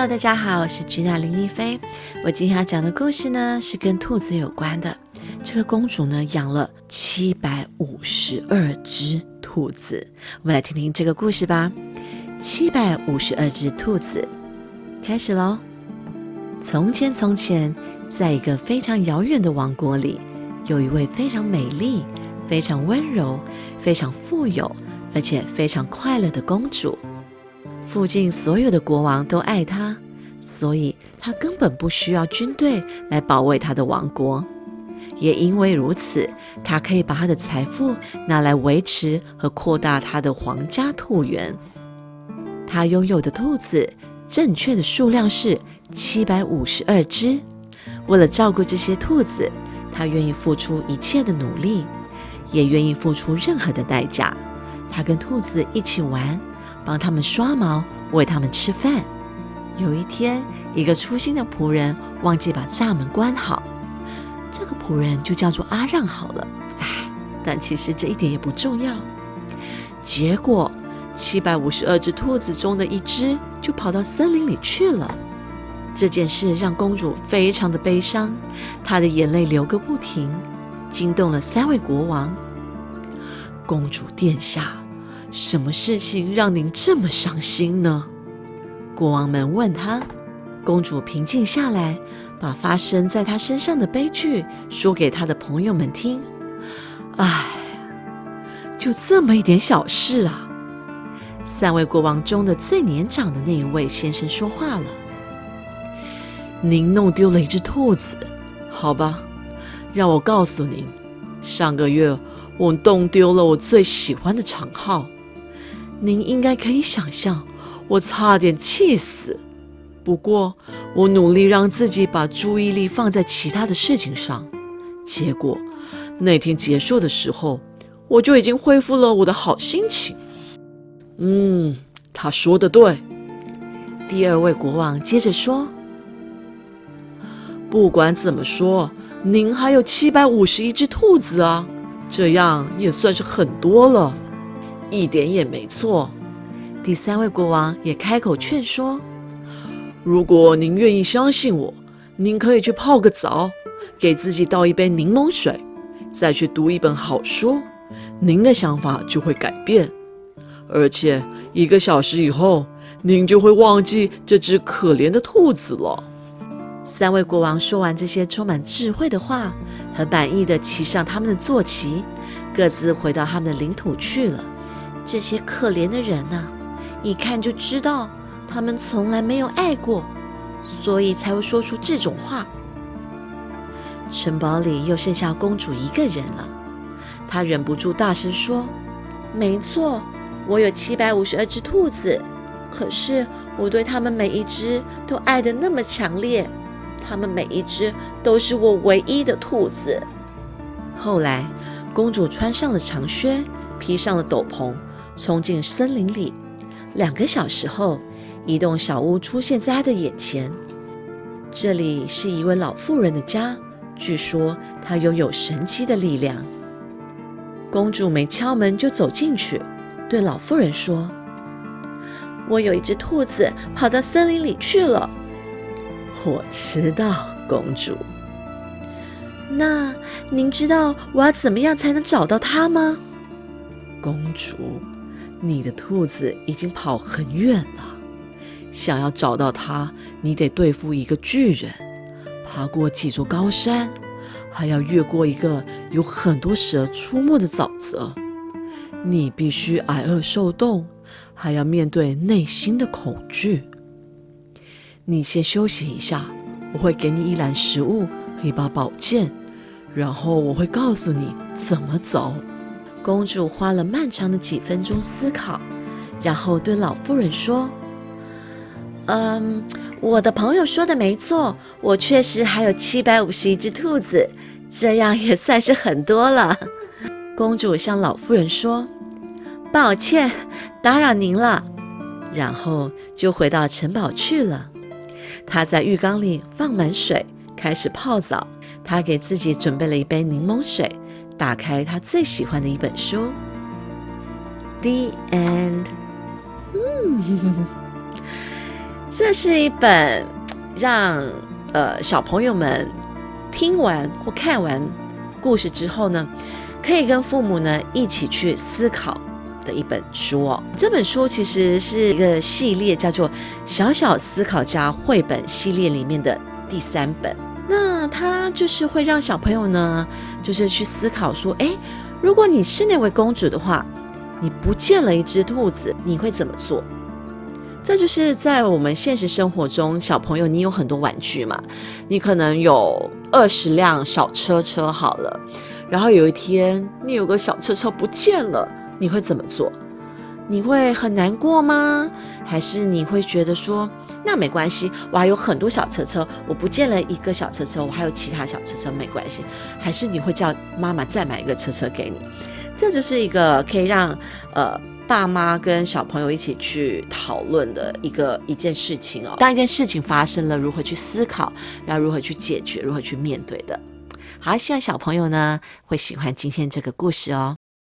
Hello， 大家好，我是君娜林丽菲。我今天要讲的故事呢，是跟兔子有关的。这个公主呢，养了752只兔子。我们来听听这个故事吧。752只兔子，开始咯。从前从前，在一个非常遥远的王国里，有一位非常美丽、非常温柔、非常富有，而且非常快乐的公主。附近所有的国王都爱她，所以她根本不需要军队来保卫她的王国。也因为如此，她可以把她的财富拿来维持和扩大她的皇家兔园。她拥有的兔子正确的数量是752只。为了照顾这些兔子，她愿意付出一切的努力，也愿意付出任何的代价。她跟兔子一起玩，帮他们刷毛，喂他们吃饭。有一天，一个粗心的仆人忘记把栅门关好，这个仆人就叫做阿让好了。但其实这一点也不重要。结果752只兔子中的一只就跑到森林里去了。这件事让公主非常的悲伤，她的眼泪流个不停，惊动了3位国王。公主殿下，什么事情让您这么伤心呢？国王们问她。公主平静下来，把发生在她身上的悲剧说给她的朋友们听。就这么一点小事啊。3位国王中的最年长的那一位先生说话了。您弄丢了一只兔子，好吧，让我告诉您，上个月我弄丢了我最喜欢的长号。您应该可以想象，我差点气死。不过，我努力让自己把注意力放在其他的事情上。结果，那天结束的时候，我就已经恢复了我的好心情。他说的对。第2位国王接着说：不管怎么说，您还有751只兔子啊，这样也算是很多了。一点也没错。第3位国王也开口劝说：如果您愿意相信我，您可以去泡个澡，给自己倒一杯柠檬水，再去读一本好书，您的想法就会改变。而且1个小时以后，您就会忘记这只可怜的兔子了。3位国王说完这些充满智慧的话，很满意地骑上他们的坐骑，各自回到他们的领土去了。这些可怜的人啊，一看就知道他们从来没有爱过，所以才会说出这种话。城堡里又剩下公主一个人了，她忍不住大声说：没错，我有752只兔子，可是我对它们每一只都爱得那么强烈，它们每一只都是我唯一的兔子。后来，公主穿上了长靴，披上了斗篷，冲进森林里。2个小时后，一栋小屋出现在她的眼前。这里是一位老妇人的家，据说她拥有神奇的力量。公主没敲门就走进去，对老妇人说：我有一只兔子跑到森林里去了。我知道，公主。那您知道我要怎么样才能找到它吗？公主，你的兔子已经跑很远了，想要找到它，你得对付一个巨人，爬过几座高山，还要越过一个有很多蛇出没的沼泽。你必须挨饿受冻，还要面对内心的恐惧。你先休息一下，我会给你一篮食物和一把宝剑，然后我会告诉你怎么走。公主花了漫长的几分钟思考，然后对老妇人说：我的朋友说的没错，我确实还有751只兔子，这样也算是很多了。公主向老妇人说：抱歉，打扰您了。然后就回到城堡去了。她在浴缸里放满水，开始泡澡。她给自己准备了一杯柠檬水，打开她最喜欢的一本书。The end。 这是一本让小朋友们听完或看完故事之后呢，可以跟父母呢一起去思考的一本书哦。这本书其实是一个系列，叫做《小小思考家》绘本系列里面的第3本。那它就是会让小朋友呢，就是去思考说，如果你是那位公主的话，你不见了一只兔子，你会怎么做？这就是在我们现实生活中，小朋友你有很多玩具嘛，你可能有20辆小车车好了，然后有一天你有个小车车不见了，你会怎么做？你会很难过吗？还是你会觉得说，那没关系，我还有很多小车车，我不见了一个小车车，我还有其他小车车，没关系？还是你会叫妈妈再买一个车车给你？这就是一个可以让爸妈跟小朋友一起去讨论的一件事情哦。当一件事情发生了，如何去思考，然后如何去解决，如何去面对的。好，希望小朋友呢会喜欢今天这个故事哦。